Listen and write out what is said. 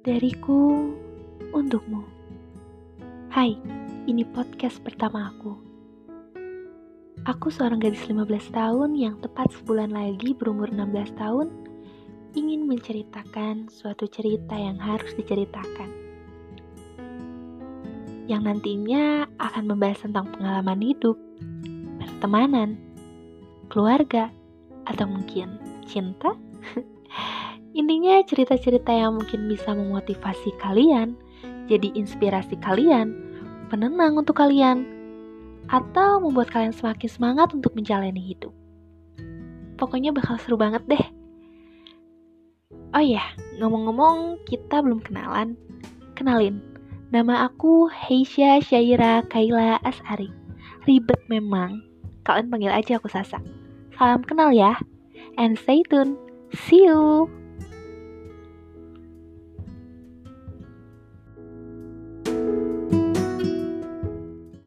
Dariku untukmu. Hai, ini podcast pertama aku. Aku seorang gadis 15 tahun yang tepat sebulan lagi berumur 16 tahun ingin menceritakan suatu cerita yang harus diceritakan. Yang nantinya akan membahas tentang pengalaman hidup, pertemanan, keluarga, atau mungkin cinta. Intinya cerita-cerita yang mungkin bisa memotivasi kalian, jadi inspirasi kalian, penenang untuk kalian, atau membuat kalian semakin semangat untuk menjalani hidup. Pokoknya bakal seru banget deh. Oh iya, ngomong-ngomong kita belum kenalan. Kenalin, nama aku Heisha Syaira Kaila Asari. Ribet memang, kalian panggil aja aku Sasa. Salam kenal ya, and stay tune. See you!